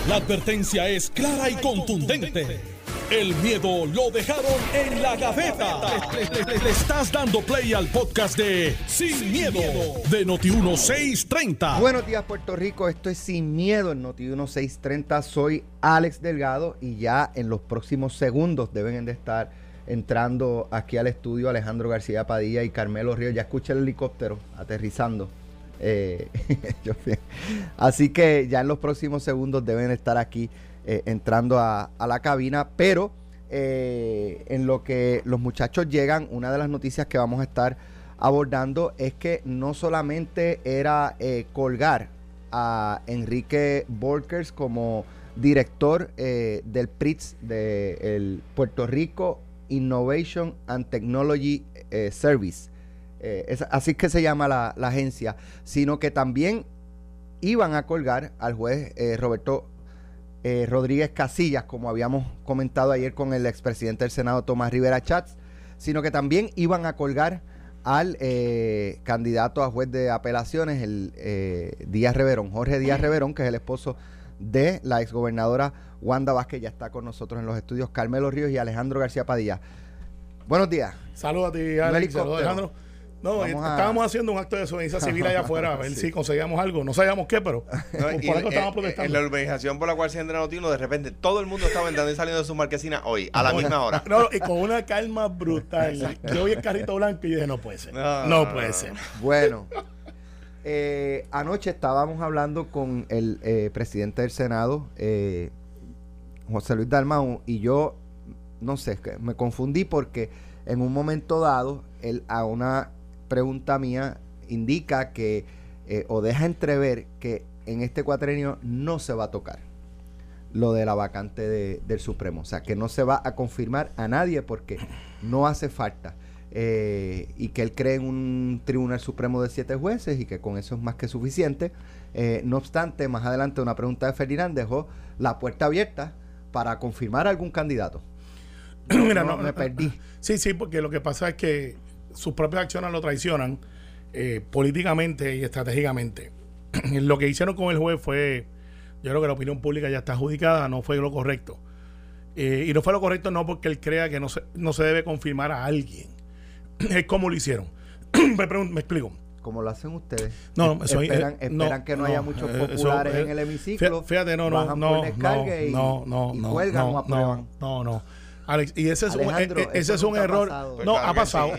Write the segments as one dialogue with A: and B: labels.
A: La advertencia es clara y contundente. El miedo lo dejaron en la gaveta. Le estás dando play al podcast de Sin Miedo de Noti1630.
B: Buenos días, Puerto Rico. Esto es Sin Miedo en Noti1630. Soy Alex Delgado y ya en los próximos segundos deben de estar entrando aquí al estudio Alejandro García Padilla y Carmelo Ríos. Ya escuché el helicóptero aterrizando. Así que ya en los próximos segundos deben estar aquí entrando a la cabina, pero en lo que los muchachos llegan, una de las noticias que vamos a estar abordando es que no solamente era colgar a Enrique Volkers como director del PRITS, del Puerto Rico Innovation and Technology Service, así que se llama la agencia, sino que también iban a colgar al juez Roberto Rodríguez Casillas, como habíamos comentado ayer con el expresidente del Senado Tomás Rivera Chats, sino que también iban a colgar al candidato a juez de apelaciones, el Díaz Reverón, Jorge Díaz Reverón, que es el esposo de la exgobernadora Wanda Vázquez. Ya está con nosotros en los estudios Carmelo Ríos y Alejandro García Padilla. Buenos días.
C: Saludos a ti, Alex. Saludos, Alejandro. No, estábamos haciendo un acto de desobediencia civil allá afuera, a ver si conseguíamos algo. No sabíamos qué, pero por algo estábamos protestando.
D: En la urbanización por la cual se entra Noti1, de repente todo el mundo estaba entrando y saliendo de su marquesina hoy, a la misma hora.
C: No, y con una calma brutal. Yo vi el carrito blanco y dije, no puede ser. No puede ser.
B: Bueno, anoche estábamos hablando con el presidente del Senado, José Luis Dalmau, y yo, no sé, me confundí porque en un momento dado, él a una pregunta mía indica que o deja entrever que en este cuatrenio no se va a tocar lo de la vacante del Supremo, o sea que no se va a confirmar a nadie porque no hace falta, y que él cree en un Tribunal Supremo de 7 jueces y que con eso es más que suficiente. No obstante, más adelante una pregunta de Ferdinand dejó la puerta abierta para confirmar algún candidato.
C: Mira,
B: me perdí.
C: Sí, porque lo que pasa es que sus propias acciones lo traicionan políticamente y estratégicamente. Lo que hicieron con el juez fue, yo creo que la opinión pública ya está adjudicada, no fue lo correcto. Y no fue lo correcto no porque él crea que no se debe confirmar a alguien. Es como lo hicieron. Me explico.
B: Como lo hacen ustedes.
C: No,
B: esperan que no haya muchos populares en el hemiciclo.
C: Fíjate, no, Alex, y ese es un error. Ha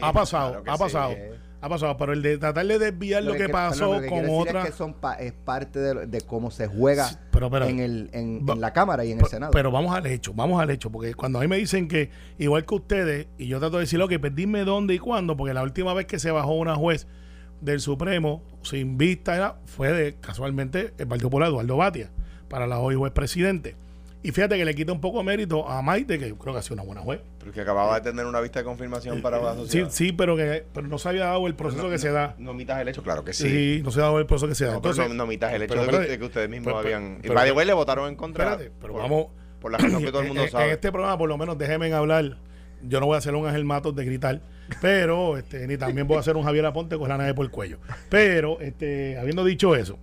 C: pasado, pero el de tratar de desviar lo que pasó con otra.
B: Es que es parte de cómo se juega en la Cámara y en el Senado.
C: Pero vamos al hecho, porque cuando a mí me dicen que, igual que ustedes, y yo trato de decirlo, que dime dónde y cuándo, porque la última vez que se bajó una juez del Supremo sin vista fue casualmente el Partido Popular, Eduardo Batia, para la hoy juez presidente. Y fíjate que le quita un poco de mérito a Maite, que yo creo que ha sido una buena juez.
D: Pero que acababa de tener una vista de confirmación para la sociedad.
C: Sí, pero no se había dado el proceso que se da.
D: No omitas el hecho, claro que sí.
C: Sí, no se ha dado el proceso que se da.
D: Entonces, no omitas el hecho de que ustedes mismos habían... Y by the way, le votaron en contra.
C: Espérate, pero vamos...
D: Por la razón que todo el mundo sabe.
C: En este programa, por lo menos, déjenme hablar. Yo no voy a hacer un Ángel Matos de gritar, pero ni también voy a hacer un Javier Aponte con la nave por el cuello. Pero, habiendo dicho eso,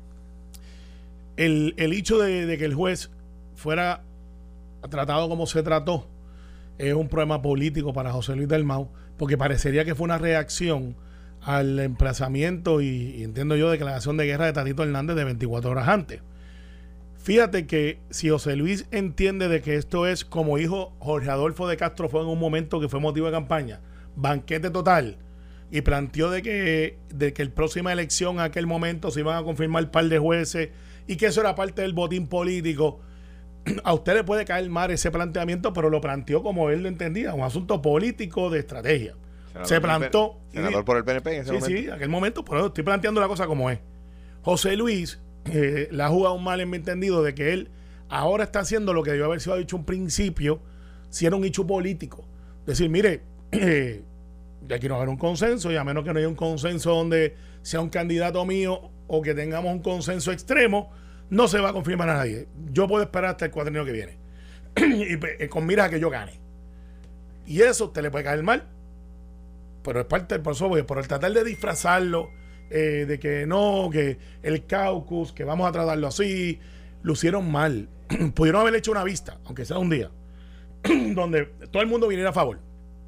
C: el hecho de que el juez fuera tratado como se trató es un problema político para José Luis Dalmau, porque parecería que fue una reacción al emplazamiento y entiendo yo declaración de guerra de Tatito Hernández de 24 horas antes. Fíjate que si José Luis entiende de que esto es como dijo Jorge Adolfo de Castro fue en un momento que fue motivo de campaña, banquete total, y planteó de que el próxima elección a aquel momento se iban a confirmar un par de jueces y que eso era parte del botín político, a usted le puede caer mal ese planteamiento, pero lo planteó como él lo entendía, un asunto político de estrategia. Se plantó.
D: Senador por el PNP en ese momento.
C: Sí, en aquel momento, pero estoy planteando la cosa como es. José Luis la ha jugado mal en mi entendido de que él ahora está haciendo lo que debió haber sido dicho un principio si era un hecho político. Decir, mire, de aquí no va a haber un consenso y a menos que no haya un consenso donde sea un candidato mío o que tengamos un consenso extremo, no se va a confirmar a nadie. Yo puedo esperar hasta el cuatrenio que viene y con miras a que yo gane. Y eso te le puede caer mal, pero es parte del proceso, por el tratar de disfrazarlo, de que no, que el caucus, que vamos a tratarlo así, lucieron mal. pudieron haber hecho una vista, aunque sea un día, donde todo el mundo viniera a favor.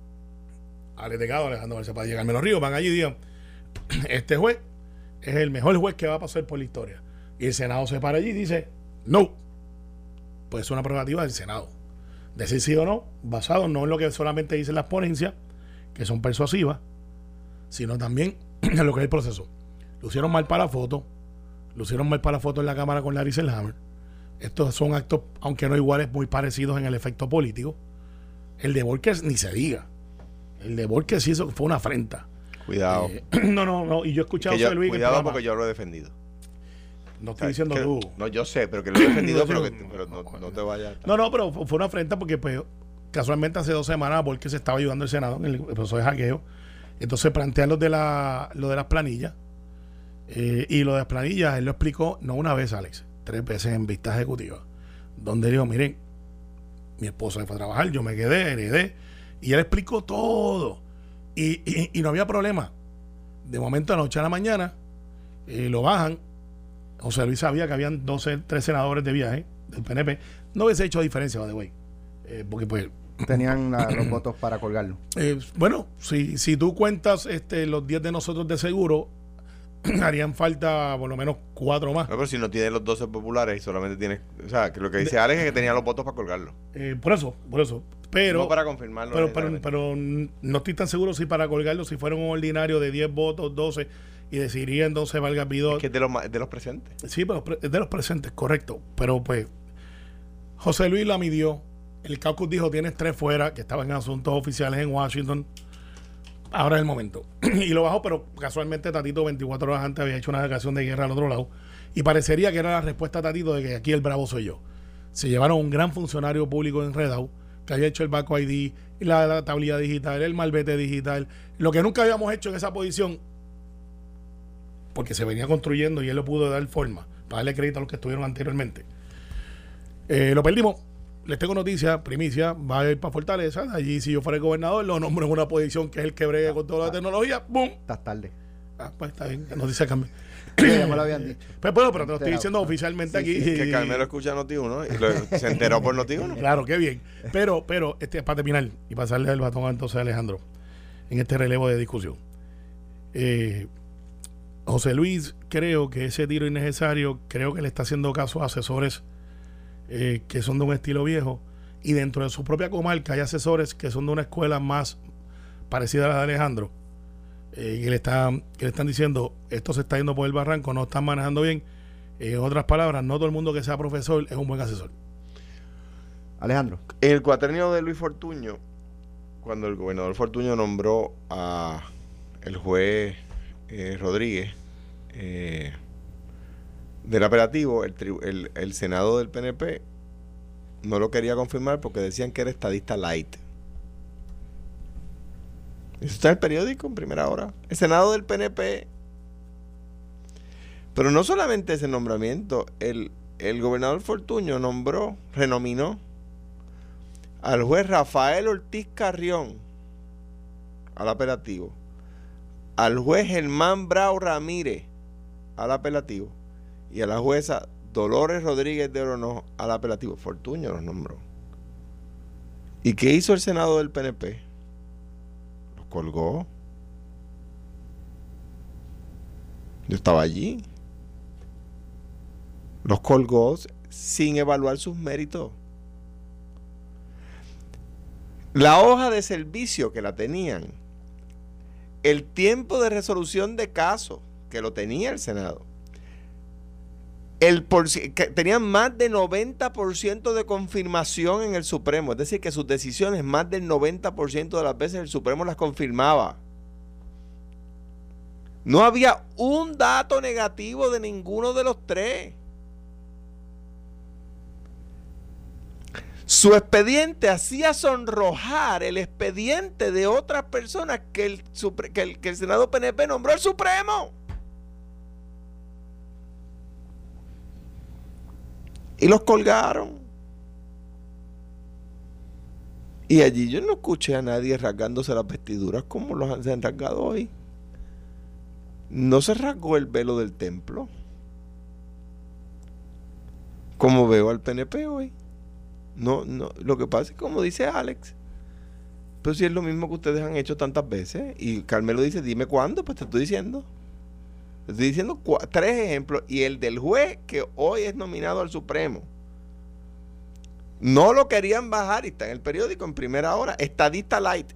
C: Alex Delgado, Alejandro García Padilla, Carmelo Ríos van allí y digan, este juez es el mejor juez que va a pasar por la historia. Y el Senado se para allí y dice, no. Pues es una prerrogativa del Senado. Decir sí o no, basado no en lo que solamente dicen las ponencias, que son persuasivas, sino también en lo que es el proceso. Lucieron mal para la foto, en la cámara con Larry Selhammer. Estos son actos, aunque no iguales, muy parecidos en el efecto político. El de Borges ni se diga. El de Borges sí fue una afrenta.
D: Cuidado.
C: No. Y yo he escuchado a José Luis.
D: Cuidado porque yo lo he defendido.
C: No estoy diciendo tú.
D: No, yo sé, pero que lo he defendido, pero no te vayas.
C: No, pero fue una afrenta porque pues casualmente hace 2 semanas Borges estaba ayudando al Senado en el proceso de hackeo. Entonces plantean lo de las planillas. Y lo de las planillas, él lo explicó no una vez, Alex, 3 veces en vista ejecutiva, donde dijo, miren, mi esposa fue a trabajar, yo me quedé, heredé, y él explicó todo. Y no había problema. De momento, de noche a la mañana, lo bajan. José Luis sabía que habían 3 senadores de viaje del PNP. No hubiese hecho diferencia, by the way. Porque pues
B: tenían los votos para colgarlo.
C: Bueno, si tú cuentas los 10 de nosotros de seguro, harían falta por lo menos 4 más.
D: No, pero si no tienes los 12 populares y solamente tienes... O sea, que lo que dice Alex es que tenía los votos para colgarlo.
C: Por eso. Pero,
D: no para confirmarlo.
C: Pero no estoy tan seguro si para colgarlo, si fuera un ordinario de 10 votos, 12, y decidiría entonces valga Vidal.
D: Es que es de los presentes.
C: Sí, pero es de los presentes, correcto. Pero pues, José Luis la midió. El caucus dijo, tienes 3 fuera, que estaban en asuntos oficiales en Washington. Ahora es el momento. Y lo bajó, pero casualmente Tatito 24 horas antes había hecho una declaración de guerra al otro lado. Y parecería que era la respuesta a Tatito de que aquí el bravo soy yo. Se llevaron un gran funcionario público enredado, que había hecho el Baco ID, la tablilla digital, el malvete digital, lo que nunca habíamos hecho en esa posición, porque se venía construyendo y él lo pudo dar forma, para darle crédito a los que estuvieron anteriormente. Lo perdimos. Les tengo noticias, primicia, va a ir para Fortaleza. Allí, si yo fuera el gobernador, lo nombro en una posición que es el que bregue con toda la tecnología. ¡Bum!
B: Estás tarde.
C: Pues está bien, la noticia cambia.
B: Ya me lo habían dicho.
C: Pues bueno, pero te lo estoy diciendo oficialmente aquí.
D: Que Carmelo escucha Noti1 y se enteró por Noti1.
C: Claro, qué bien. Pero para terminar y pasarle el batón entonces a Alejandro en este relevo de discusión. José Luis, creo que ese tiro innecesario, creo que le está haciendo caso a asesores que son de un estilo viejo, y dentro de su propia comarca hay asesores que son de una escuela más parecida a la de Alejandro, que le están diciendo, esto se está yendo por el barranco, no están manejando bien. En otras palabras, no todo el mundo que sea profesor es un buen asesor.
B: Alejandro.
D: En el cuatrenio de Luis Fortuño, cuando el gobernador Fortuño nombró a el juez Rodríguez del apelativo, el Senado del PNP no lo quería confirmar porque decían que era estadista light. Eso está en el periódico en primera hora. El Senado del PNP. Pero no solamente ese nombramiento, el gobernador Fortuño renominó al juez Rafael Ortiz Carrión al apelativo, al juez Germán Brau Ramírez al apelativo y a la jueza Dolores Rodríguez de Oronoz al apelativo. Fortuño los nombró. ¿Y qué hizo el Senado del PNP? Los colgó. Yo estaba allí. Los colgó sin evaluar sus méritos. La hoja de servicio que la tenían, el tiempo de resolución de casos que lo tenía el Senado, que tenían más de 90% de confirmación en el Supremo, es decir, que sus decisiones más del 90% de las veces el Supremo las confirmaba. No había un dato negativo de ninguno de los 3. Su expediente hacía sonrojar el expediente de otras personas que el Senado PNP nombró al Supremo. Y los colgaron. Y allí yo no escuché a nadie rasgándose las vestiduras como los han rasgado hoy. No se rasgó el velo del templo. como veo al PNP hoy. No, lo que pasa es como dice Alex. Pero si es lo mismo que ustedes han hecho tantas veces. Y Carmelo dice, dime cuándo, pues te estoy diciendo. Te estoy diciendo 3 ejemplos. Y el del juez que hoy es nominado al Supremo. No lo querían bajar y está en el periódico en primera hora. Estadista light.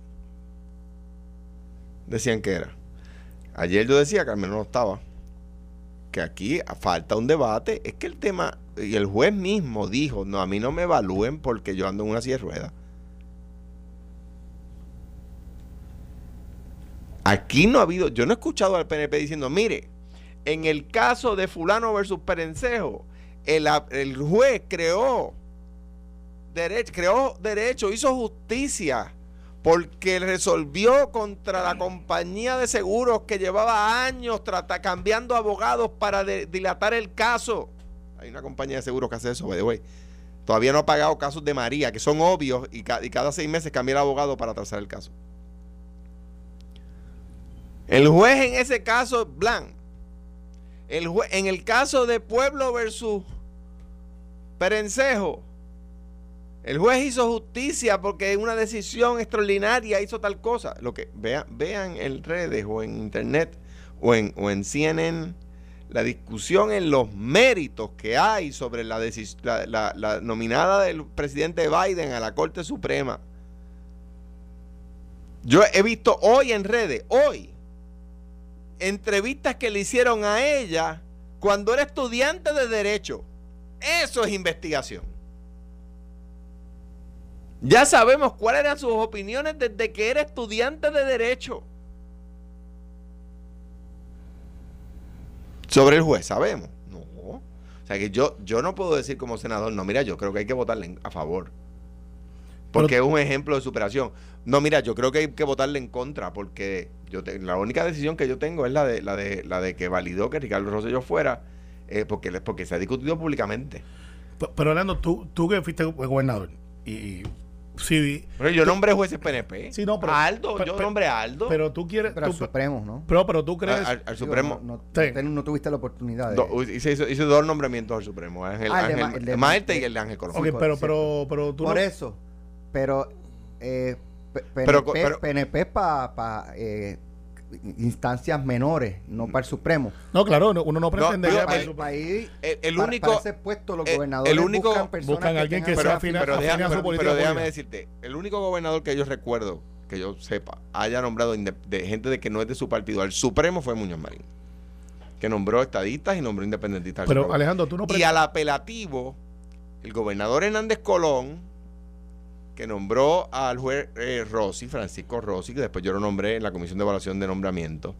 D: Decían que era. Ayer yo decía, Carmelo no estaba, que aquí falta un debate. Es que el tema, y el juez mismo dijo, no, a mí no me evalúen porque yo ando en una silla de ruedas. Aquí no ha habido, yo no he escuchado al PNP diciendo, mire, en el caso de fulano versus Perencejo, el juez creó derecho, hizo justicia, porque resolvió contra la compañía de seguros que llevaba años cambiando abogados para dilatar el caso. Hay una compañía de seguros que hace eso, by the way. Todavía no ha pagado casos de María, que son obvios, y cada 6 meses cambia el abogado para atrasar el caso. El juez en ese caso, Blanc, en el caso de Pueblo versus Perencejo, el juez hizo justicia porque una decisión extraordinaria hizo tal cosa. Lo que vean en redes o en internet o en CNN la discusión en los méritos que hay sobre la nominada del presidente Biden a la Corte Suprema. Yo he visto hoy en redes, entrevistas que le hicieron a ella cuando era estudiante de Derecho. Eso es investigación. Ya sabemos cuáles eran sus opiniones desde que era estudiante de Derecho. Sobre el juez, sabemos. No. O sea que yo no puedo decir como senador, no, mira, yo creo que hay que votarle a favor. Porque es un ejemplo de superación. No, mira, yo creo que hay que votarle en contra, porque la única decisión que yo tengo es la de que validó que Ricardo Rosselló fuera, porque se ha discutido públicamente.
C: Pero Orlando, tú que fuiste gobernador, y sí,
D: pero yo nombré jueces PNP.
C: Sí, no, pero,
D: yo nombré a Aldo.
C: Pero tú quieres.
B: Pero al Supremo, ¿no?
C: Pero tú crees.
D: Al Supremo.
B: No tuviste la oportunidad de.
D: Hice 2 nombramientos al Supremo. El de Maerte y el de Ángel Colón.
C: Okay, pero tú
B: por eso. Pero PNP es para instancias menores, no para el Supremo.
C: No, claro, uno no pretende
B: para ese puesto los gobernadores
C: buscan a alguien que sea afín a su política.
D: Pero déjame decirte, el único gobernador que yo recuerdo, que yo sepa, haya nombrado de gente de que no es de su partido al Supremo fue Muñoz Marín, que nombró estadistas y nombró independentistas.
C: Pero Alejandro, tú no
D: y al apelativo, el gobernador Hernández Colón, que nombró al juez Francisco Rossi, que después yo lo nombré en la Comisión de Evaluación de Nombramiento,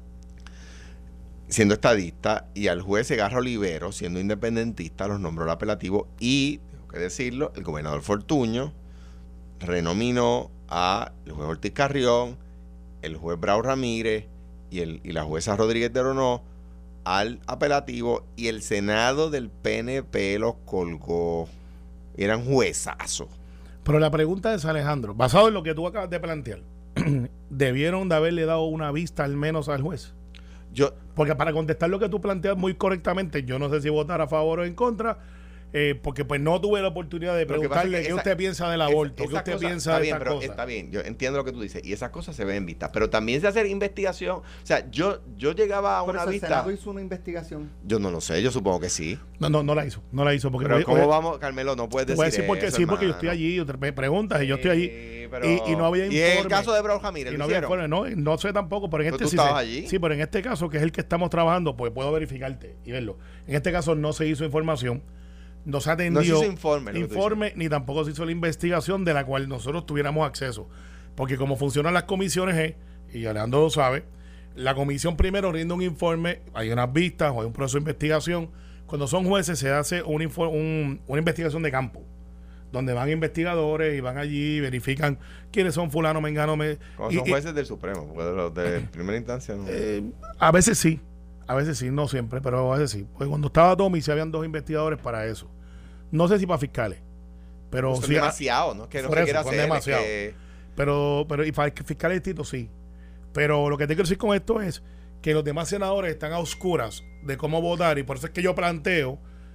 D: siendo estadista, y al juez Segarra Olivero, siendo independentista, los nombró el apelativo, y, tengo que decirlo, el gobernador Fortuño renominó al juez Ortiz Carrión, el juez Brau Ramírez y la jueza Rodríguez de Aronó al apelativo, y el Senado del PNP los colgó. Eran juezazos.
C: Pero la pregunta es, Alejandro, basado en lo que tú acabas de plantear, ¿debieron de haberle dado una vista al menos al juez? Porque para contestar lo que tú planteas muy correctamente, yo no sé si votar a favor o en contra, porque pues no tuve la oportunidad de preguntarle qué usted piensa del aborto, qué usted piensa de estas cosas.
D: Está bien, yo entiendo lo que tú dices, y esas cosas se ven en vista, pero también se hace investigación. O sea, yo llegaba a una vista.
B: ¿El Senado hizo una investigación?
D: Yo no lo sé, yo supongo que sí.
C: No la hizo. Porque
D: pero ¿cómo vamos, Carmelo? No puedes decir
C: porque
D: eso,
C: sí, porque yo estoy allí, me preguntas y yo estoy allí. Y no había informe.
D: ¿Y en el caso de Brau Ramírez
C: no había informe? No sé tampoco, pero en este
D: ¿tú estabas allí?
C: Sí, pero en este caso, que es el que estamos trabajando, pues puedo verificarte y verlo. En este caso no se hizo información. No se atendió informe ni tampoco se hizo la investigación de la cual nosotros tuviéramos acceso. Porque como funcionan las comisiones, y Alejandro lo sabe, la comisión primero rinde un informe, hay unas vistas o hay un proceso de investigación. Cuando son jueces se hace una investigación de campo, donde van investigadores y van allí, verifican quiénes son fulano, mengano.
D: Cuando son jueces del Supremo, porque de los de primera instancia no.
C: A veces sí, no siempre, pero a veces sí. Porque cuando estaba Tommy se habían 2 investigadores para eso. No sé si para fiscales, pero
D: sí.
C: Demasiado,
D: ¿no? Que no se quiera hacer.
C: Demasiado. Pero y para fiscales distintos sí. Pero lo que te quiero decir con esto es que los demás senadores están a oscuras de cómo votar, y por eso es que yo planteo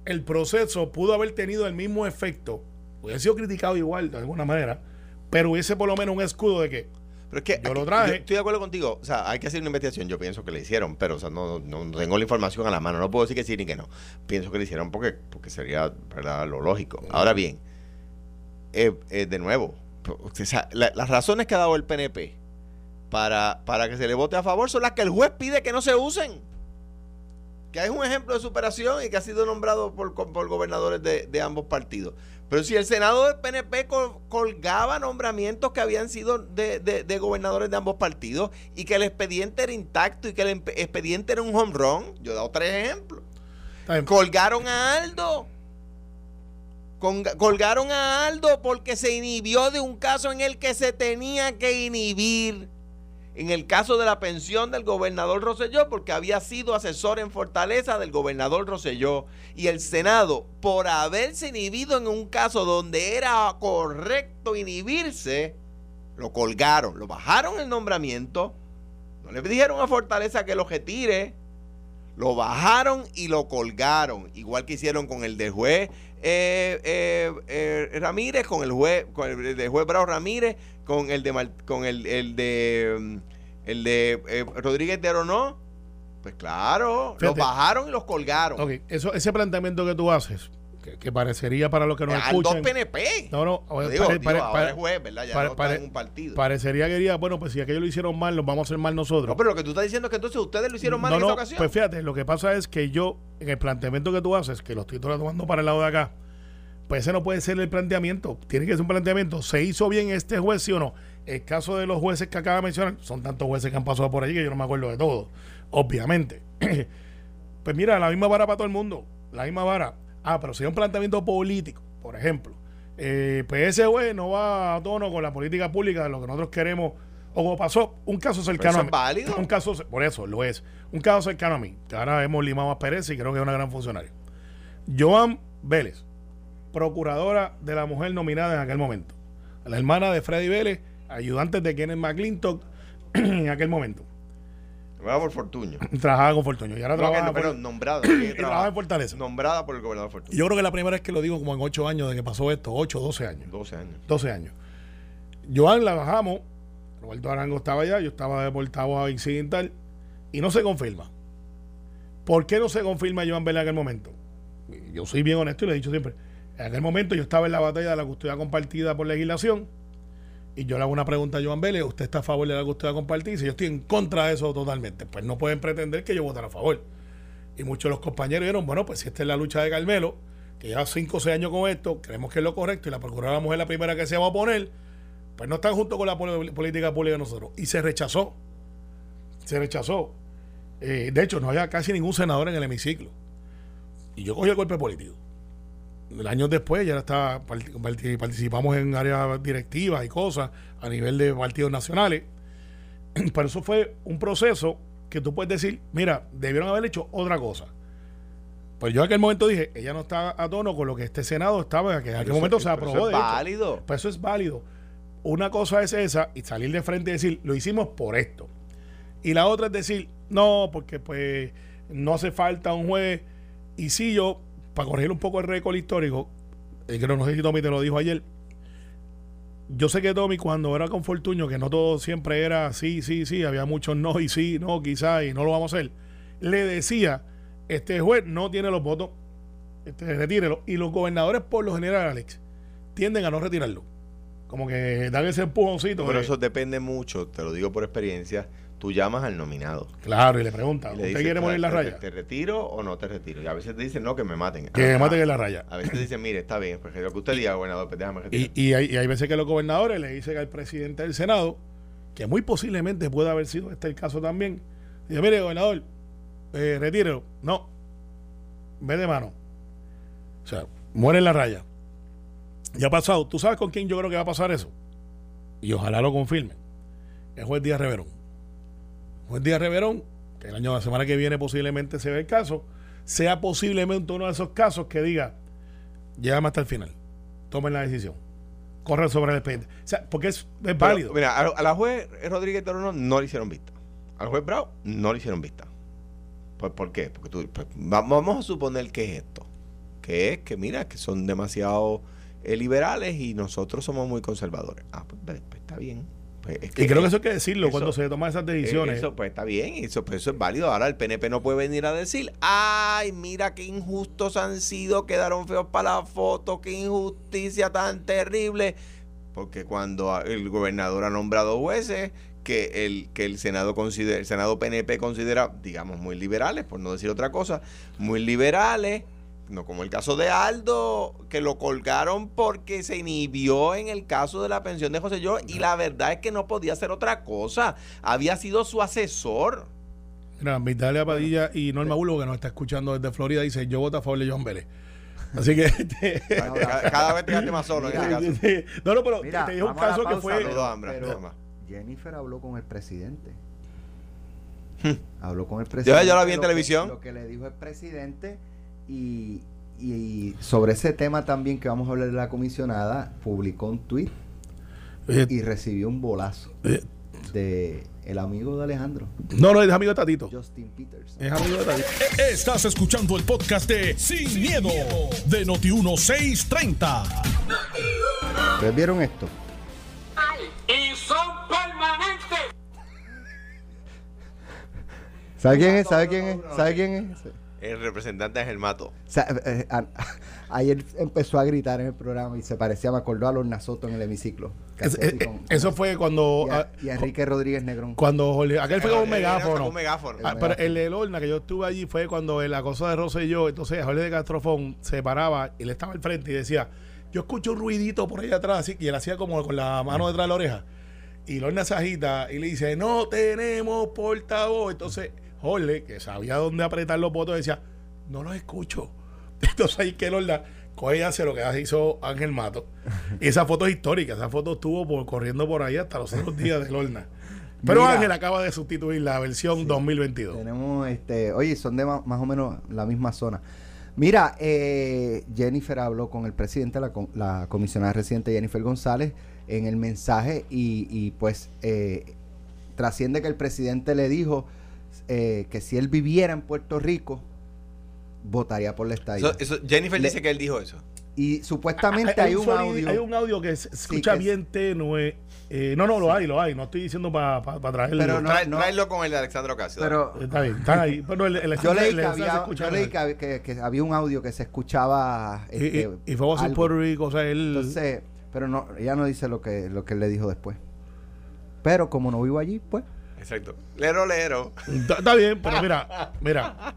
C: el proceso pudo haber tenido el mismo efecto, hubiese sido criticado igual de alguna manera, pero hubiese por lo menos un escudo de que
D: pero es que
C: yo lo traje.
D: Estoy de acuerdo contigo. O sea, hay que hacer una investigación. Yo pienso que le hicieron, pero o sea, no tengo la información a la mano. No puedo decir que sí ni que no. Pienso que le hicieron porque sería, ¿verdad?, lo lógico. Ahora bien, de nuevo, o sea, las razones que ha dado el PNP para que se le vote a favor son las que el juez pide que no se usen. Que es un ejemplo de superación y que ha sido nombrado por gobernadores de ambos partidos. Pero si el Senado del PNP colgaba nombramientos que habían sido de gobernadores de ambos partidos y que el expediente era intacto y que el expediente era un home run, yo he dado 3 ejemplos. Colgaron a Aldo. Colgaron a Aldo porque se inhibió de un caso en el que se tenía que inhibir. En el caso de la pensión del gobernador Rosselló, porque había sido asesor en Fortaleza del gobernador Rosselló, y el Senado, por haberse inhibido en un caso donde era correcto inhibirse, lo colgaron, lo bajaron el nombramiento, no le dijeron a Fortaleza que lo retire, lo bajaron y lo colgaron, igual que hicieron con el del juez Ramírez, con el juez Bravo Ramírez, con el de Rodríguez de Aronó. Pues claro,
C: Fíjate,
D: los bajaron y los colgaron.
C: Ok, ese planteamiento que tú haces, que parecería para los que nos escuchan.
D: Aldo PNP.
C: No,
D: ahora es juez, ¿verdad? Ya no está en un partido.
C: Parecería que diría, bueno, pues si aquellos lo hicieron mal, los vamos a hacer mal nosotros.
D: No, pero lo que tú estás diciendo es que entonces ustedes lo hicieron mal en esa ocasión.
C: Pues fíjate, lo que pasa es que yo, en el planteamiento que tú haces, que lo estoy tomando para el lado de acá, pues ese no puede ser el planteamiento. Tiene que ser un planteamiento. ¿Se hizo bien este juez, sí o no? El caso de los jueces que acaba de mencionar, son tantos jueces que han pasado por allí que yo no me acuerdo de todo, obviamente. Pues mira, la misma vara para todo el mundo, la misma vara. Pero si hay un planteamiento político, por ejemplo, pues ese juez no va a tono con la política pública de lo que nosotros queremos, o como pasó, un caso cercano a mí.
D: ¿Es válido?
C: Un caso, por eso lo es. Un caso cercano a mí, que ahora hemos limado a Pérez y creo que es una gran funcionaria. Joan Vélez, procuradora de la mujer nominada en aquel momento, la hermana de Freddy Vélez, ayudante de Kenneth McClintock en aquel momento.
D: Trabajaba por Fortuño.
C: Trabajaba con Fortuño. Y ahora trabaja
D: nombrada.
C: Trabaja en Fortaleza.
D: Nombrada por el gobernador Fortuño.
C: Yo creo que la primera vez que lo digo como en 8 años de que pasó esto, 8, 12 años. 12 años. Joan la bajamos, Roberto Arango estaba allá, yo estaba de portavoz incidental y no se confirma. ¿Por qué no se confirma Joan Vélez en aquel momento? Yo soy bien honesto y lo he dicho siempre. En aquel momento yo estaba en la batalla de la custodia compartida por legislación y yo le hago una pregunta a Joan Vélez: ¿usted está a favor de la custodia compartida? Y si yo estoy en contra de eso totalmente, pues no pueden pretender que yo votara a favor. Y muchos de los compañeros dijeron, bueno, pues si esta es la lucha de Carmelo, que lleva 5 o 6 años con esto, creemos que es lo correcto y la procuradora de la mujer la primera que se va a oponer, pues no están junto con la política pública de nosotros. Y se rechazó. De hecho, no había casi ningún senador en el hemiciclo. Y yo cogí el golpe político. Años después ya participamos en áreas directivas y cosas a nivel de partidos nacionales. Pero eso fue un proceso que tú puedes decir, mira, debieron haber hecho otra cosa. Pues yo en aquel momento dije, ella no está a tono con lo que este Senado estaba, que en aquel momento se aprobó.
D: Eso es válido.
C: Pues eso es válido. Una cosa es esa, y salir de frente y decir, lo hicimos por esto. Y la otra es decir, no, porque pues no hace falta un juez. Y si yo, para corregir un poco el récord histórico, que no sé si Tommy te lo dijo ayer, yo sé que Tommy cuando era con Fortuño, que no todo siempre era sí, había muchos no y sí, no, quizás, y no lo vamos a hacer, le decía, este juez no tiene los votos, retírelo. Y los gobernadores, por lo general, Alex, tienden a no retirarlo. Como que dan ese empujoncito.
D: Pero eso depende mucho, te lo digo por experiencia. Tú llamas al nominado.
C: Claro, y le preguntas, ¿usted quiere morir en la raya?
D: ¿Te retiro o no te retiro? Y a veces te dicen, no, que me maten.
C: Que me maten en la raya.
D: A veces te dicen, mire, está bien, pues lo que usted diga, gobernador, pues déjame retirar.
C: Y hay veces que los gobernadores le dicen al presidente del Senado, que muy posiblemente pueda haber sido el caso también, dice, mire, gobernador, retírelo. No, ve de mano. O sea, muere en la raya. Ya ha pasado. ¿Tú sabes con quién yo creo que va a pasar eso? Y ojalá lo confirmen. El juez Díaz Reverón. Juez Díaz Reverón, que la semana que viene posiblemente se ve el caso, sea posiblemente uno de esos casos que diga, llévame hasta el final, tomen la decisión, corren sobre el expediente. O sea, porque es válido.
D: Mira, a la juez Rodríguez de Aronó no le hicieron vista. Al juez Bravo no le hicieron vista. ¿Por qué? Porque vamos a suponer que es esto. que es que, mira, que son demasiado liberales y nosotros somos muy conservadores. Pues está bien. Pues es que,
C: y creo que eso hay que decirlo cuando se toman esas decisiones.
D: Eso pues está bien, eso es válido. Ahora el PNP no puede venir a decir, ay, mira qué injustos han sido, quedaron feos para la foto, qué injusticia tan terrible. Porque cuando el gobernador ha nombrado jueces que el Senado PNP considera, digamos, muy liberales, por no decir otra cosa, muy liberales, no como el caso de Aldo, que lo colgaron porque se inhibió en el caso de la pensión de José Joe, y la verdad es que no podía hacer otra cosa, había sido su asesor.
C: Mira, Vitalia Padilla y Norma Bulbo, que nos está escuchando desde Florida, dice, yo voto a favor de John Vélez. Así que
D: cada vez te quedaste más solo.
B: Mira,
D: en ese caso.
C: No, pero
B: mira,
C: te dijo un caso que fue.
B: Pero Jennifer habló con el presidente. Habló con el presidente.
D: Yo la vi en televisión.
B: Lo que le dijo el presidente, y sobre ese tema también que vamos a hablar de la comisionada, publicó un tuit y recibió un bolazo de el amigo de Alejandro.
C: No, es amigo de Tatito.
B: Justin Peterson.
C: Es amigo de Tatito.
A: Estás escuchando el podcast de Sin Miedo de Noti1630.
B: ¿Ustedes vieron esto?
E: Y son permanentes.
B: ¿Sabe quién es? ¿Sabe quién es? ¿Sabe quién es?
D: El representante Ángel Mato.
B: O sea, ayer empezó a gritar en el programa y se parecía, me acordó a Lorna Soto en el hemiciclo.
C: Eso fue cuando...
B: Y a Enrique Rodríguez Negrón.
C: Cuando aquel fue con un megáfono.
D: Un megáfono.
C: Pero el de Lorna, que yo estuve allí, fue cuando el acoso de Rosselló, entonces Jorge de Castrofón se paraba y él estaba al frente y decía, yo escucho un ruidito por ahí atrás, así, y él hacía como con la mano detrás de la oreja. Y Lorna se agita y le dice, no tenemos portavoz. Entonces Jorge, que sabía dónde apretar los votos, decía, no los escucho. Entonces ahí que Lorna coge y hace lo que hizo Ángel Mato. Y esa foto es histórica, esa foto estuvo corriendo por ahí hasta los otros días de Lorna. Pero mira, Ángel acaba de sustituir la versión 2022.
B: Tenemos, oye, son de más o menos la misma zona. Mira, Jennifer habló con el presidente, la comisionada residente Jennifer González, en el mensaje y pues trasciende que el presidente le dijo que si él viviera en Puerto Rico, votaría por la estadía.
D: Jennifer dice que él dijo eso.
B: Y supuestamente hay un audio.
C: Hay un audio que se escucha bien tenue. No, lo hay. No estoy diciendo para traerlo.
B: Pero
D: tráelo con el de Alexandro Ocasio.
B: Pero
C: está bien, está ahí. Pero
B: yo leí que había un audio que se escuchaba.
C: Y fue a Puerto Rico, o sea, él.
B: Entonces, pero no, ella no dice lo que él le dijo después. Pero como no vivo allí, pues.
D: Exacto. Lero.
C: Está bien, pero mira.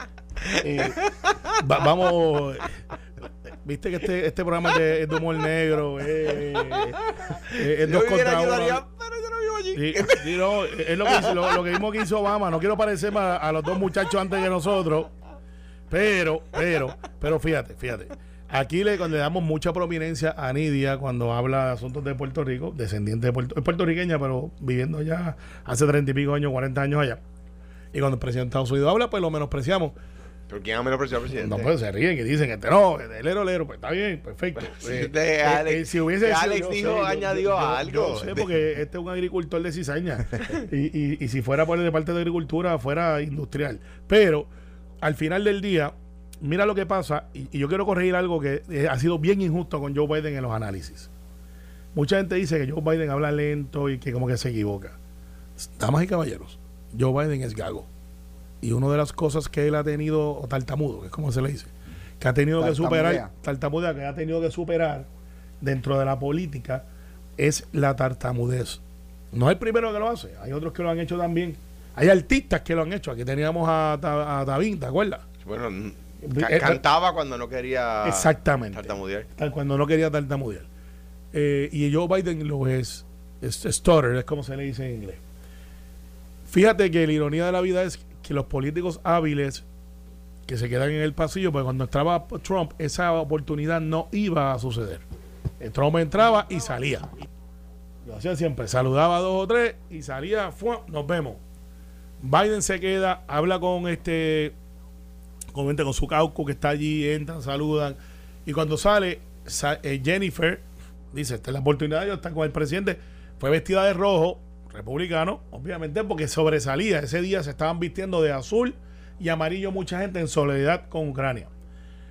C: Vamos. Viste que este programa es de humor negro, es dos contra uno.
D: Pero yo no vivo allí.
C: Sí, no, es lo que vimos que hizo Obama. No quiero parecerme a los dos muchachos antes que nosotros, pero fíjate. Aquí le damos mucha prominencia a Nidia cuando habla de asuntos de Puerto Rico, descendiente de es puertorriqueña, pero viviendo ya hace 30 y pico años, 40 años allá. Y cuando el presidente de Estados Unidos habla, pues lo menospreciamos.
D: ¿Pero quién ha menospreciado al presidente?
C: No, pues se ríen y dicen, no, el lero, pues está bien, perfecto. Si hubiese
D: Alex dijo, añadió algo.
C: Yo sé, porque este es un agricultor de cizaña. y si fuera por el parte de agricultura, fuera industrial. Pero, al final del día, mira lo que pasa, y yo quiero corregir algo que ha sido bien injusto con Joe Biden en los análisis. Mucha gente dice que Joe Biden habla lento y que como que se equivoca. Damas y caballeros, Joe Biden es gago. Y una de las cosas que él ha tenido, o tartamudo, que es como se le dice, que ha tenido que superar, tartamudea, que ha tenido que superar dentro de la política, es la tartamudez. No es el primero que lo hace, hay otros que lo han hecho también. Hay artistas que lo han hecho. Aquí teníamos a David, ¿te acuerdas?
D: Bueno, cantaba cuando no quería tartamudear.
C: Cuando no quería tartamudear. Y Joe Biden lo es stutter, es como se le dice en inglés. Fíjate que la ironía de la vida es que los políticos hábiles que se quedan en el pasillo, porque cuando entraba Trump, esa oportunidad no iba a suceder. Trump entraba y salía. Lo hacía siempre, saludaba a 2 o 3 y salía, nos vemos. Biden se queda, habla con su caucus que está allí, entran, saludan, y cuando sale Jennifer dice, esta es la oportunidad de estar con el presidente. Fue vestida de rojo, republicano, obviamente porque sobresalía. Ese día se estaban vistiendo de azul y amarillo mucha gente en solidaridad con Ucrania.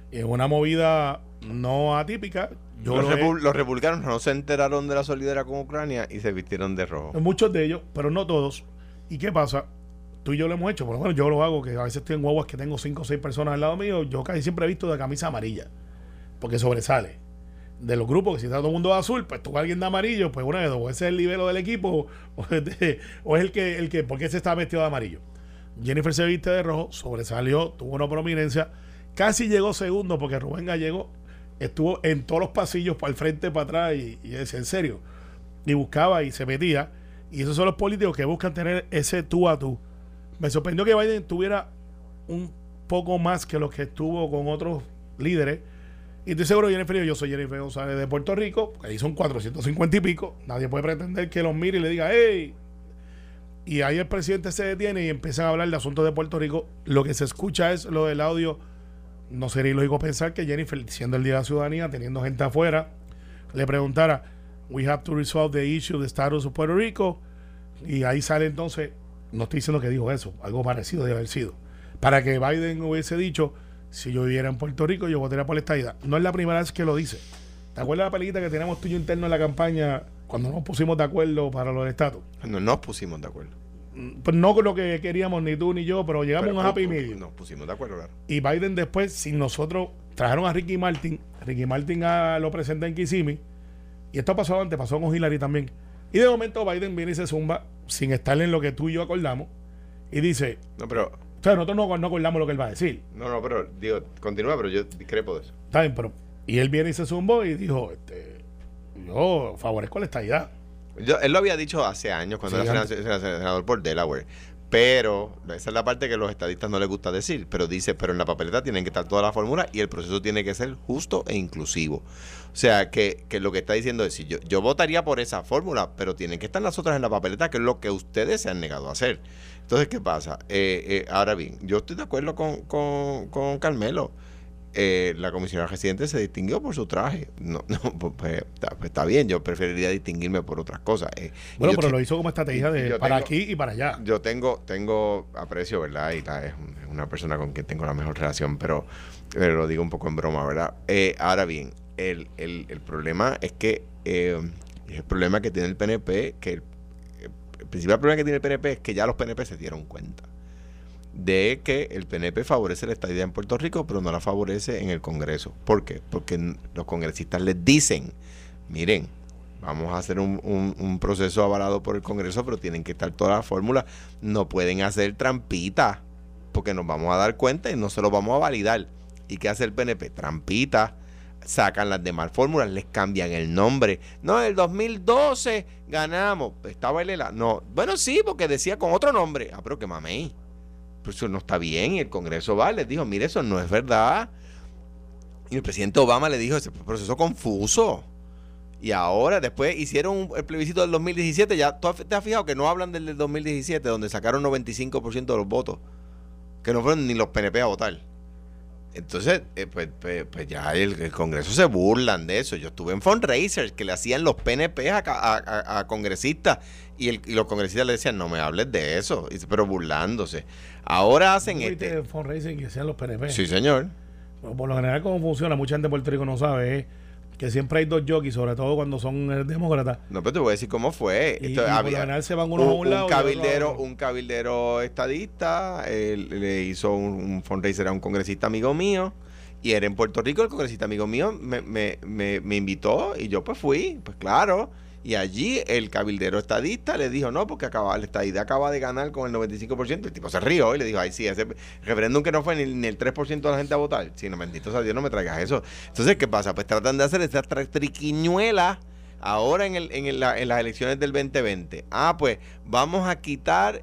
C: Es una movida no atípica.
D: Los republicanos no se enteraron de la solidaridad con Ucrania y se vistieron de rojo.
C: Muchos de ellos, pero no todos. ¿Y qué pasa? Tú y yo lo hemos hecho, por lo menos yo lo hago, que a veces estoy en guaguas que tengo 5 o 6 personas al lado mío, yo casi siempre he visto de camisa amarilla, porque sobresale. De los grupos, que si está todo el mundo de azul, pues tú alguien de amarillo, pues una de dos, o ese es el libelo del equipo, o es el que, porque ese está vestido de amarillo. Jennifer se viste de rojo, sobresalió, tuvo una prominencia, casi llegó segundo, porque Rubén Gallego estuvo en todos los pasillos, para el frente, para atrás, y es en serio, y buscaba y se metía, y esos son los políticos que buscan tener ese tú a tú. Me sorprendió que Biden tuviera un poco más que los que estuvo con otros líderes. Y estoy seguro, Jennifer, yo soy Jennifer González de Puerto Rico, porque ahí son 450 y pico. Nadie puede pretender que los mire y le diga, ¡hey! Y ahí el presidente se detiene y empiezan a hablar de asuntos de Puerto Rico. Lo que se escucha es lo del audio. No sería ilógico pensar que Jennifer, siendo el Día de la Ciudadanía, teniendo gente afuera, le preguntara, we have to resolve the issue, the status of Puerto Rico. Y ahí sale entonces, no estoy diciendo que dijo eso, algo parecido debe haber sido, para que Biden hubiese dicho, si yo viviera en Puerto Rico, yo votaría por la estadidad. No es la primera vez que lo dice. ¿Te acuerdas de la peleita que teníamos tú y yo interno en la campaña cuando nos pusimos de acuerdo para los estatus?
D: No nos pusimos de acuerdo.
C: Pues no con lo que queríamos ni tú ni yo, pero llegamos a un happy medium.
D: Nos pusimos de acuerdo, claro.
C: Y Biden después, sin nosotros, trajeron a Ricky Martin. Ricky Martin lo presenta en Kissimmee. Y esto pasó antes, pasó con Hillary también. Y de momento Biden viene y se zumba sin estar en lo que tú y yo acordamos. Y dice...
D: No, pero...
C: O sea, nosotros no acordamos lo que él va a decir.
D: No, pero digo, continúa, pero yo discrepo de eso.
C: Está bien, pero... Y él viene y se zumbó y dijo, yo favorezco la estadidad.
D: Él lo había dicho hace años cuando era senador por Delaware. Pero esa es la parte que a los estadistas no les gusta decir. Pero dice, pero en la papeleta tienen que estar todas las fórmulas y el proceso tiene que ser justo e inclusivo. O sea, que lo que está diciendo es, si yo votaría por esa fórmula, pero tienen que estar las otras en la papeleta, que es lo que ustedes se han negado a hacer. Entonces, ¿qué pasa? Ahora bien, yo estoy de acuerdo con Carmelo. La comisionada residente se distinguió por su traje. Pues está bien, yo preferiría distinguirme por otras cosas.
C: Bueno, pero lo hizo como estrategia para aquí y para allá.
D: Yo tengo aprecio, ¿verdad? Y es una persona con quien tengo la mejor relación, pero lo digo un poco en broma, ¿verdad? Ahora bien, el problema es que el problema que tiene el PNP, que el principal problema que tiene el PNP es que ya los PNP se dieron cuenta de que el PNP favorece la estadidad en Puerto Rico, pero no la favorece en el Congreso. ¿Por qué? Porque los congresistas les dicen, miren, vamos a hacer un proceso avalado por el Congreso, pero tienen que estar todas las fórmulas. No pueden hacer trampitas, porque nos vamos a dar cuenta y no se lo vamos a validar. ¿Y qué hace el PNP? Trampitas. Sacan las demás fórmulas, les cambian el nombre. No, en el 2012 ganamos. ¿Estaba el ELA? No. Bueno, sí, porque decía con otro nombre. Ah, pero que mamey. Pues eso no está bien. Y el Congreso les dijo, mire, eso no es verdad. Y el presidente Obama le dijo, ese proceso confuso. Y ahora, después hicieron el plebiscito del 2017. Ya tú te has fijado que no hablan del 2017, donde sacaron 95% de los votos, que no fueron ni los PNP a votar. Entonces, pues ya el Congreso se burlan de eso. Yo estuve en fundraisers que le hacían los PNP a congresistas y los congresistas le decían, no me hables de eso, pero burlándose. Ahora hacen
C: fundraising que hacían los PNP?
D: Sí, señor.
C: Bueno, por lo general, cómo funciona, mucha gente de Puerto Rico no sabe, que siempre hay dos jockeys, sobre todo cuando son demócratas.
D: No, pero te voy a decir cómo fue.
C: Y por lo general se van unos a un lado.
D: Un cabildero estadista le hizo un fundraiser a un congresista amigo mío y era en Puerto Rico. El congresista amigo mío me invitó y yo pues fui, pues claro. Y allí el cabildero estadista le dijo, no, porque la estadidad acaba de ganar con el 95%. El tipo se rió y le dijo, ay, sí, ese referéndum que no fue ni el 3% de la gente a votar. Sí, no, bendito sea Dios, no me traigas eso. Entonces, ¿qué pasa? Pues tratan de hacer esta triquiñuela ahora en las elecciones del 2020. Ah, pues vamos a quitar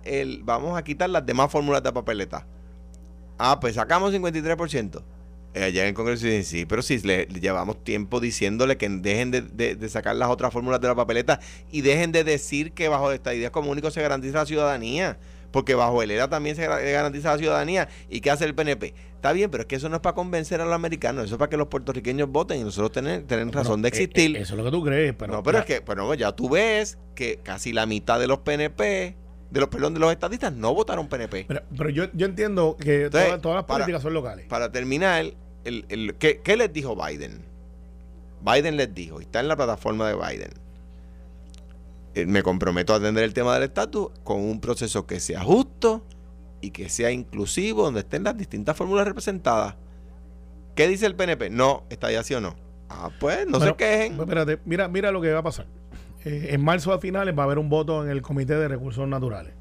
D: las demás fórmulas de papeleta. Ah, pues sacamos 53%. Allá en el Congreso dicen, sí, pero si le llevamos tiempo diciéndole que dejen de sacar las otras fórmulas de la papeleta y dejen de decir que bajo esta idea como único se garantiza la ciudadanía, porque bajo el ERA también se garantiza la ciudadanía. ¿Y qué hace el PNP? Está bien, pero es que eso no es para convencer a los americanos, eso es para que los puertorriqueños voten y nosotros tener razón de existir.
C: Eso es lo que tú crees, pero...
D: No, pero es que, bueno, ya tú ves que casi la mitad de los PNP... de los estadistas no votaron PNP.
C: Pero yo entiendo que todas las políticas son locales.
D: Para terminar, ¿qué les dijo Biden? Biden les dijo, y está en la plataforma de Biden, me comprometo a atender el tema del estatus con un proceso que sea justo y que sea inclusivo, donde estén las distintas fórmulas representadas. ¿Qué dice el PNP? No, ¿está ahí así o no? Pues no se quejen.
C: Pues espérate, mira lo que va a pasar. En marzo a finales va a haber un voto en el Comité de Recursos Naturales.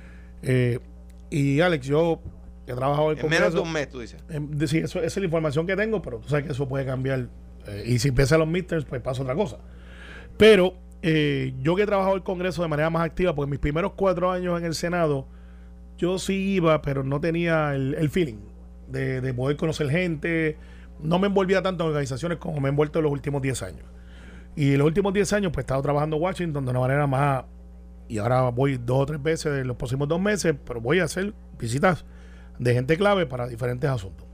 C: Y Alex, yo he trabajado en el Congreso.
D: En menos de un mes, tú dices.
C: Sí, esa es la información que tengo, pero tú sabes que eso puede cambiar. Y si empiezan los midterms, pues pasa otra cosa. Pero yo que he trabajado en el Congreso de manera más activa, porque mis primeros 4 años en el Senado, yo sí iba, pero no tenía el feeling de poder conocer gente. No me envolvía tanto en organizaciones como me he envuelto en los últimos 10 años. Y en los últimos 10 años, pues he estado trabajando en Washington de una manera más. Y ahora voy 2 o 3 veces en los próximos 2 meses, pero voy a hacer visitas de gente clave para diferentes asuntos.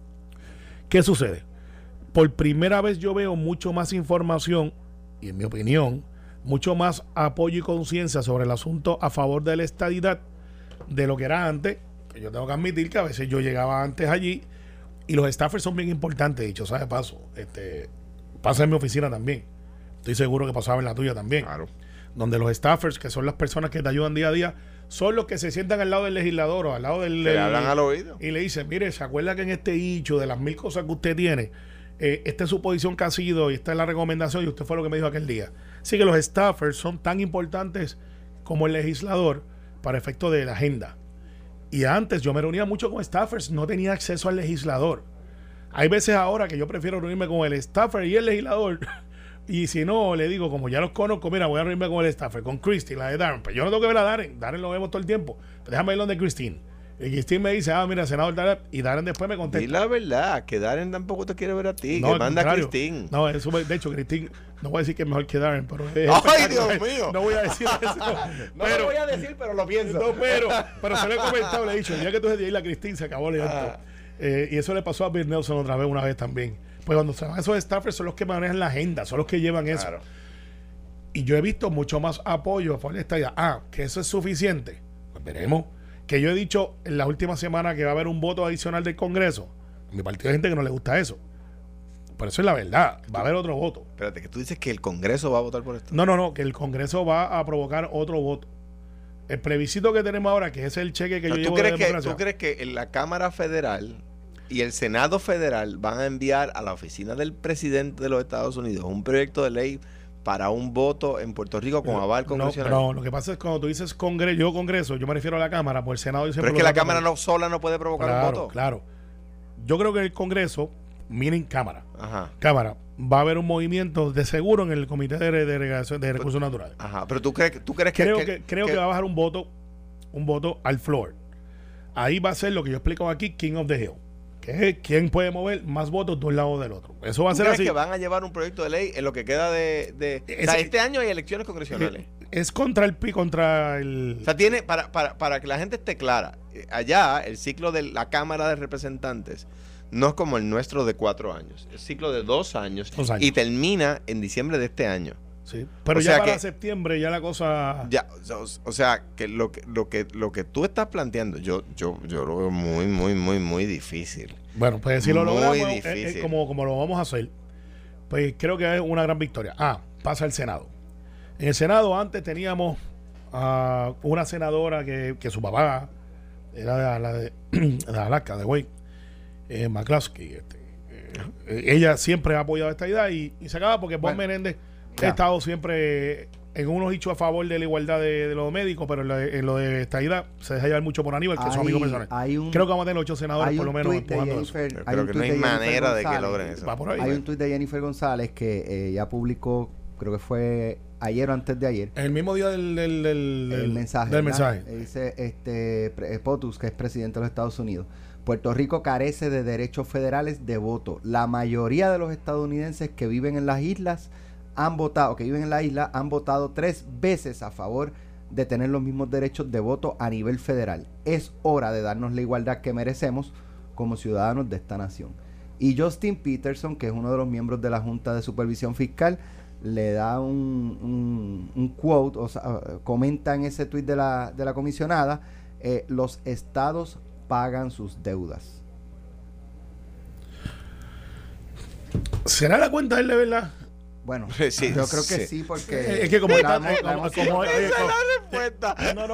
C: ¿Qué sucede? Por primera vez yo veo mucho más información, y en mi opinión, mucho más apoyo y conciencia sobre el asunto a favor de la estadidad de lo que era antes. Que yo tengo que admitir que a veces yo llegaba antes allí, y los staffers son bien importantes, dicho sea de paso. Pasa en mi oficina también. Estoy seguro que pasaba en la tuya también.
D: Claro.
C: Donde los staffers, que son las personas que te ayudan día a día, son los que se sientan al lado del legislador o al lado del...
D: Le hablan al oído.
C: Y le dicen, mire, ¿se acuerda que en este dicho de las 1000 cosas que usted tiene, esta es su posición que ha sido y esta es la recomendación y usted fue lo que me dijo aquel día? Así que los staffers son tan importantes como el legislador para efecto de la agenda. Y antes yo me reunía mucho con staffers, no tenía acceso al legislador. Hay veces ahora que yo prefiero reunirme con el staffer y el legislador. Y si no, le digo, como ya los conozco, mira, voy a reunirme con el staffer, con Christine, la de Darren. Pues yo no tengo que ver a Darren. Darren lo vemos todo el tiempo. Pero déjame ir donde Christine. Y Christine me dice, mira, senador Darren. Y Darren después me contesta.
D: Y la verdad, que Darren tampoco te quiere ver a ti.
C: No,
D: que manda a Christine.
C: No, eso, de hecho, Christine, no voy a decir que es mejor que Darren, pero...
D: ¡Ay, Dios mío!
C: No voy a decir eso.
B: No lo voy a decir, pero lo pienso.
C: No, pero se lo he comentado, le he dicho, ya que tú de ir a Christine, se acabó el evento. Y eso le pasó a Bill Nelson una vez también. Pues cuando se van esos staffers son los que manejan la agenda, son los que llevan eso. Claro. Y yo he visto mucho más apoyo por esta idea. Que eso es suficiente. Pues veremos. Que yo he dicho en la última semana que va a haber un voto adicional del Congreso. En mi partido hay gente que no le gusta eso. Pero eso es la verdad. Va a haber otro voto.
D: Espérate, que tú dices que el Congreso va a votar por esto.
C: No, que el Congreso va a provocar otro voto. El plebiscito que tenemos ahora, que es el cheque que yo llevo de democracia.
D: ¿Tú crees que en la Cámara Federal y el Senado Federal van a enviar a la oficina del presidente de los Estados Unidos un proyecto de ley para un voto en Puerto Rico con aval congresional?
C: No, lo que pasa es que cuando tú dices Congreso, yo me refiero a la Cámara, por el Senado.
D: Pero es que la Cámara sola no puede provocar un voto.
C: Claro. Yo creo que el Congreso, miren Cámara.
D: Ajá.
C: Cámara, va a haber un movimiento de seguro en el Comité de Recursos Naturales.
D: Ajá, pero tú crees
C: creo que va a bajar un voto al floor. Ahí va a ser lo que yo explico aquí, King of the Hill. Que es quién puede mover más votos de un lado o del otro. Eso va a ser así.
D: ¿Crees que van a llevar un proyecto de ley en lo que queda de o sea, este año hay elecciones congresionales?
C: Es contra el...
D: O sea, tiene, para que la gente esté clara, allá el ciclo de la Cámara de Representantes no es como el nuestro de 4 años. Es ciclo de 2 años. Y termina en diciembre de este año.
C: Sí, pero ya para septiembre ya la cosa...
D: Ya, o sea, que lo que tú estás planteando, yo lo veo muy difícil.
C: Bueno, pues si lo logramos,
D: difícil.
C: Como lo vamos a hacer, pues creo que es una gran victoria. Pasa el Senado. En el Senado antes teníamos una senadora que su papá era de Alaska, de Wake, McCluskey. Ella siempre ha apoyado esta idea y se acaba porque Bob Menéndez ha estado siempre en unos dichos a favor de la igualdad de los médicos, pero en lo de esta idea se deja llevar mucho por Aníbal, que es su amigo personal. Creo que vamos a tener 8 senadores por lo menos empujando eso.
D: Creo que no hay manera de que logren eso.
B: Hay un tuit de Jennifer González que ya publicó, creo que fue ayer o antes de ayer.
C: El mismo día del mensaje.
B: Dice POTUS, que es presidente de los Estados Unidos. Puerto Rico carece de derechos federales de voto. La mayoría de los estadounidenses que viven en las islas han votado 3 veces a favor de tener los mismos derechos de voto a nivel federal. Es hora de darnos la igualdad que merecemos como ciudadanos de esta nación. Y Justin Peterson, que es uno de los miembros de la Junta de Supervisión Fiscal, le da un quote, o sea, comenta en ese tuit de la comisionada, los estados pagan sus deudas.
C: ¿Será la cuenta de él de verdad?
B: Bueno,
D: Sí,
B: yo creo que
D: sí.
B: sí, porque
C: Es que como
B: la
C: estamos,
B: hemos-
C: como-
D: Esa es la respuesta.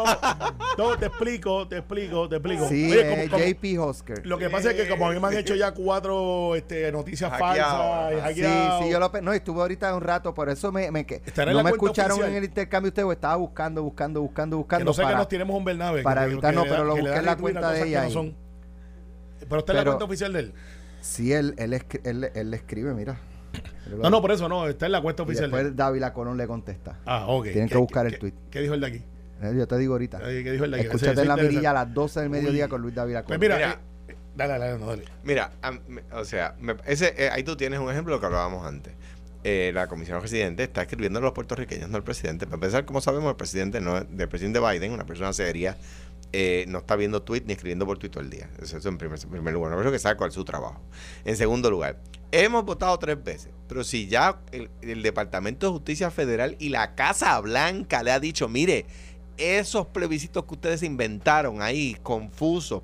C: no, te explico.
B: Sí,
C: Oye, como-
B: JP Hosker.
C: lo que pasa es que como a mí me han hecho ya 4 noticias
D: Hackeado.
C: falsas y hackeado.
B: Sí, no, estuve ahorita un rato, por eso
C: Estará en
B: no
C: la
B: me
C: cuenta
B: escucharon
C: oficial.
B: en el intercambio ustedes, porque estaba buscando
C: que no sé que nos tenemos un Bernabe.
B: para
C: que-
B: evitar,
C: que
B: no,
C: le
B: pero
C: da-
B: lo
C: que le
B: busqué
C: da
B: en la
C: retweet a
B: cuenta de
C: cosas que
B: ella
C: no
B: ahí.
C: son. Pero está en la
B: Pero-
C: cuenta oficial de él.
B: Sí, él le escribe, mira.
C: No, por eso no, está en la cuenta
B: Y
C: oficial de él.
B: después Dávila Colón le contesta.
C: Ok.
B: Tienen que buscar el tweet.
C: ¿Qué dijo el de aquí?
B: Yo te digo ahorita.
C: ¿Qué dijo el de aquí?
B: Escúchate
C: Ese
B: en la
C: interesa.
B: mirilla a las 12 del mediodía
C: Uy.
B: con Luis Dávila
C: Pues
B: Colón.
C: mira,
D: Mira.
C: dale.
D: Mira, o sea, ahí tú tienes un ejemplo de lo que hablábamos antes. La comisión residente está escribiendo a los puertorriqueños, no al presidente. Para empezar, como sabemos, el presidente Biden, una persona seria, no está viendo tweet ni escribiendo por tweet todo el día. Eso en primer lugar. No creo que sabe cuál es su trabajo. En segundo lugar, hemos votado 3 veces, pero si ya el Departamento de Justicia Federal y la Casa Blanca le ha dicho, mire, esos plebiscitos que ustedes inventaron ahí, confusos,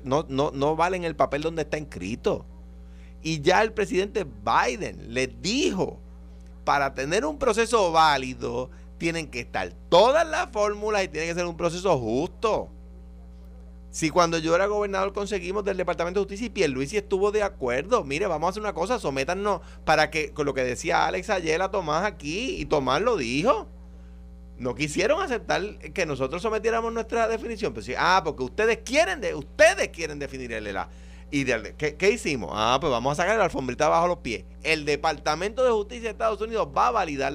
D: no valen el papel donde está escrito. Y ya el presidente Biden les dijo, para tener un proceso válido, tienen que estar todas las fórmulas y tiene que ser un proceso justo. Si cuando yo era gobernador conseguimos del Departamento de Justicia y Pierluisi estuvo de acuerdo, mire, vamos a hacer una cosa, sométanos para que, con lo que decía Alex ayer a Tomás aquí, y Tomás lo dijo. No quisieron aceptar que nosotros sometiéramos nuestra definición. Pues sí, porque ustedes quieren definir el ELA. ¿Y ¿qué hicimos? Pues vamos a sacar la alfombrita bajo los pies. El Departamento de Justicia de Estados Unidos va a validar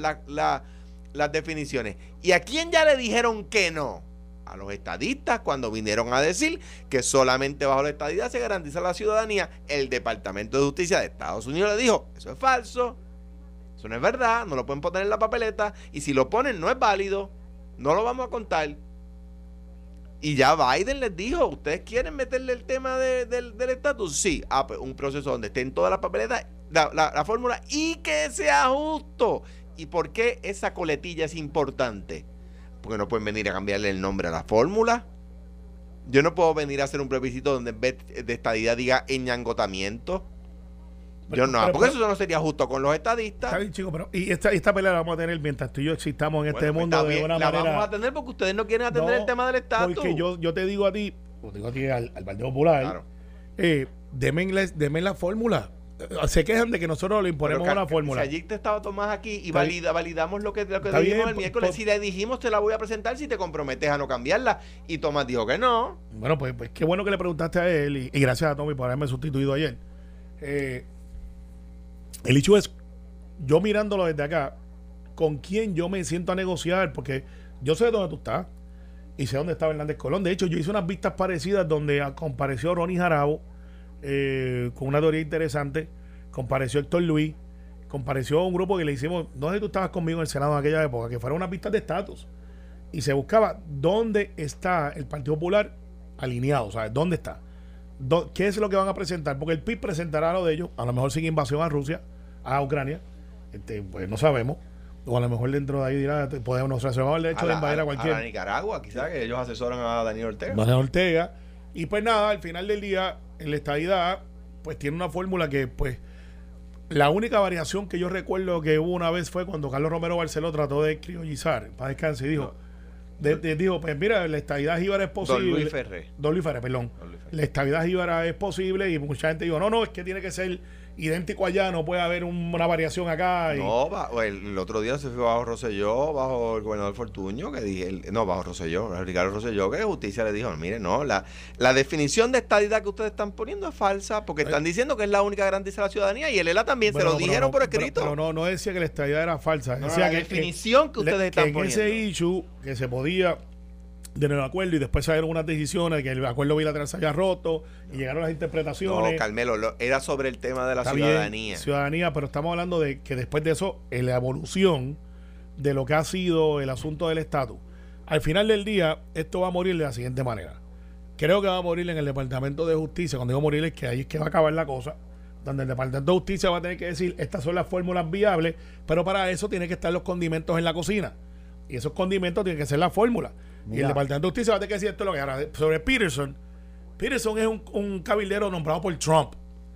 D: las definiciones. ¿Y a quién ya le dijeron que no? A los estadistas, cuando vinieron a decir que solamente bajo la estadidad se garantiza la ciudadanía. El Departamento de Justicia de Estados Unidos le dijo, eso es falso, eso no es verdad, no lo pueden poner en la papeleta, y si lo ponen no es válido, no lo vamos a contar. Y ya Biden les dijo, ¿ustedes quieren meterle el tema del estatus? Sí, pues un proceso donde estén todas las papeletas, la fórmula, y que sea justo. ¿Y por qué esa coletilla es importante? Porque no pueden venir a cambiarle el nombre a la fórmula. Yo no puedo venir a hacer un plebiscito donde en vez de estadidad diga enñangotamiento. Porque eso no sería justo con los estadistas.
C: Está bien, chico, pero y esta pelea la vamos a tener mientras tú y yo existamos en este mundo de una
D: la
C: manera.
D: vamos a tener porque ustedes no quieren atender el tema del estatus.
C: Porque yo te digo a ti, al Partido Popular,
D: Claro.
C: Deme la fórmula. Se quejan de que nosotros le imponemos una fórmula.
D: Si allí te estaba Tomás aquí y
C: Está bien.
D: validamos lo que
C: Está
D: dijimos
C: bien,
D: el miércoles, si le dijimos te la voy a presentar si te comprometes a no cambiarla, y Tomás dijo que no.
C: Bueno, pues qué bueno que le preguntaste a él y gracias a Tommy por haberme sustituido ayer. El hecho es, yo mirándolo desde acá, con quién yo me siento a negociar, porque yo sé dónde tú estás y sé dónde está Hernández Colón. De hecho, yo hice unas vistas parecidas donde compareció Ronnie Jarabo con una teoría interesante, compareció Héctor Luis, compareció un grupo que le hicimos, no sé si tú estabas conmigo en el Senado en aquella época, que fueron unas vistas de estatus y se buscaba dónde está el Partido Popular alineado, o sea, dónde está. ¿Qué es lo que van a presentar? Porque el PIB presentará lo de ellos, a lo mejor sin invasión a Rusia, a Ucrania, pues no sabemos, o a lo mejor dentro de ahí dirá, nos reservamos el derecho de invadir a cualquier.
D: A Nicaragua, quizás, que ellos asesoran a Daniel Ortega.
C: Daniel Ortega. Y pues nada, al final del día, en la estadidad, pues tiene una fórmula que, pues, la única variación que yo recuerdo que hubo una vez fue cuando Carlos Romero Barceló trató de criollizar, para descansar, y dijo, dijo, pues mira, la estadidad jíbara es posible. Don Luis Ferré, perdón. La estadidad jíbara es posible, y mucha gente dijo, no, es que tiene que ser idéntico allá, no puede haber una variación acá.
D: No, el otro día se fue bajo Rosselló, bajo el gobernador Fortuño, que dije, bajo Rosselló, Ricardo Rosselló, que justicia le dijo, mire, no, la definición de estadidad que ustedes están poniendo es falsa, porque están diciendo que es la única garantía de la ciudadanía, y el ELA también se lo dijeron por escrito.
C: Pero no decía que la estadidad era falsa, decía
D: la definición que ustedes están poniendo.
C: En ese issue, que se podía de nuevo acuerdo, y después salieron unas decisiones que el acuerdo bilateral se había roto y llegaron las interpretaciones.
D: No, Carmelo, era sobre el tema de la ciudadanía.
C: Ciudadanía, pero estamos hablando de que después de eso, en la evolución de lo que ha sido el asunto del estatus, al final del día, esto va a morir de la siguiente manera. Creo que va a morir en el Departamento de Justicia. Cuando digo morir es que ahí es que va a acabar la cosa, donde el Departamento de Justicia va a tener que decir, estas son las fórmulas viables, pero para eso tienen que estar los condimentos en la cocina. Y esos condimentos tienen que ser la fórmula. Mira. Y el Departamento de Justicia va a tener que decir esto es lo que ahora. Sobre Peterson es un cabildero nombrado por Trump.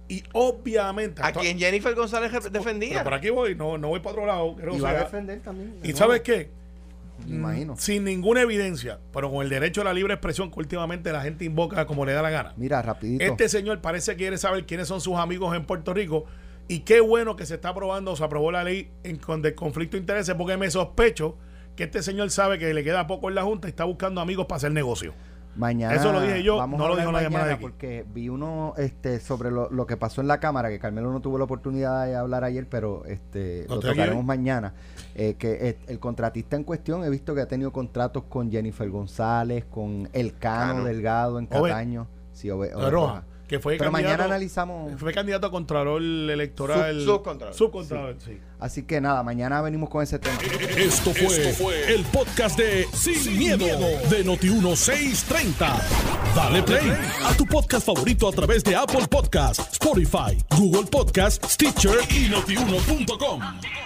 C: Y obviamente...
D: ¿A quien Jennifer González defendía?
C: Pero por aquí voy, no voy para otro lado.
B: Y va a defender también.
C: ¿Y sabes qué?
B: Me imagino.
C: Sin ninguna evidencia, pero con el derecho a la libre expresión que últimamente la gente invoca como le da la gana.
B: Mira, rapidito.
C: Este señor parece que quiere saber quiénes son sus amigos en Puerto Rico y qué bueno que se está aprobando o se aprobó la ley de conflicto de intereses, porque me sospecho que este señor sabe que le queda poco en la Junta y está buscando amigos para hacer negocio.
B: Mañana,
C: eso lo dije yo,
B: no lo dijo nadie más de aquí. Porque vi uno sobre lo que pasó en la Cámara, que Carmelo no tuvo la oportunidad de hablar ayer, pero lo tocaremos mañana. Que el contratista en cuestión, he visto que ha tenido contratos con Jennifer González, con Elcano Delgado en Cataño. Sí,
C: Roja. Que fue
B: pero mañana analizamos.
C: Fue candidato a Contralor Electoral.
D: Subcontralor.
C: Sí.
B: Así que nada, mañana venimos con ese tema.
A: Esto fue el podcast de Sin miedo de Noti1630. Dale play a tu podcast favorito a través de Apple Podcasts, Spotify, Google Podcasts, Stitcher y Notiuno.com.